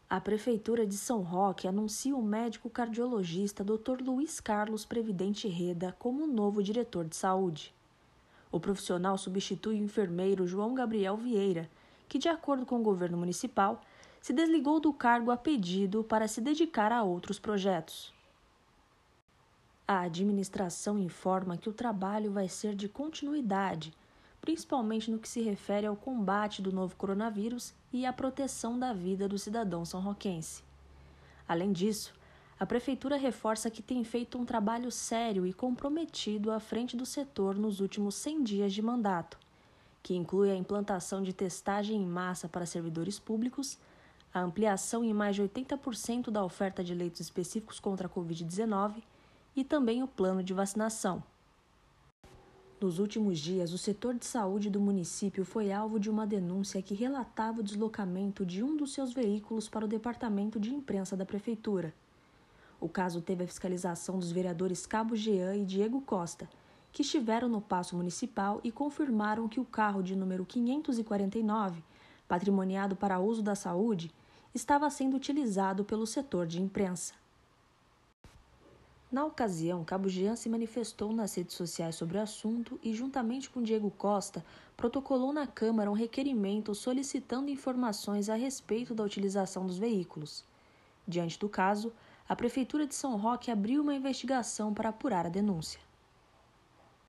A Prefeitura de São Roque anuncia o médico cardiologista Dr. Luiz Carlos Previdente Reda como novo diretor de saúde. O profissional substitui o enfermeiro João Gabriel Vieira, que, de acordo com o governo municipal, se desligou do cargo a pedido para se dedicar a outros projetos. A administração informa que o trabalho vai ser de continuidade, principalmente no que se refere ao combate do novo coronavírus e à proteção da vida do cidadão são-roquense. Além disso, a Prefeitura reforça que tem feito um trabalho sério e comprometido à frente do setor nos últimos 100 dias de mandato, que inclui a implantação de testagem em massa para servidores públicos, a ampliação em mais de 80% da oferta de leitos específicos contra a Covid-19 e também o plano de vacinação. Nos últimos dias, o setor de saúde do município foi alvo de uma denúncia que relatava o deslocamento de um dos seus veículos para o departamento de imprensa da Prefeitura. O caso teve a fiscalização dos vereadores Cabo Jean e Diego Costa, que estiveram no Paço Municipal e confirmaram que o carro de número 549, patrimoniado para uso da saúde, estava sendo utilizado pelo setor de imprensa. Na ocasião, Cabo Jean se manifestou nas redes sociais sobre o assunto e, juntamente com Diego Costa, protocolou na Câmara um requerimento solicitando informações a respeito da utilização dos veículos. Diante do caso, a Prefeitura de São Roque abriu uma investigação para apurar a denúncia.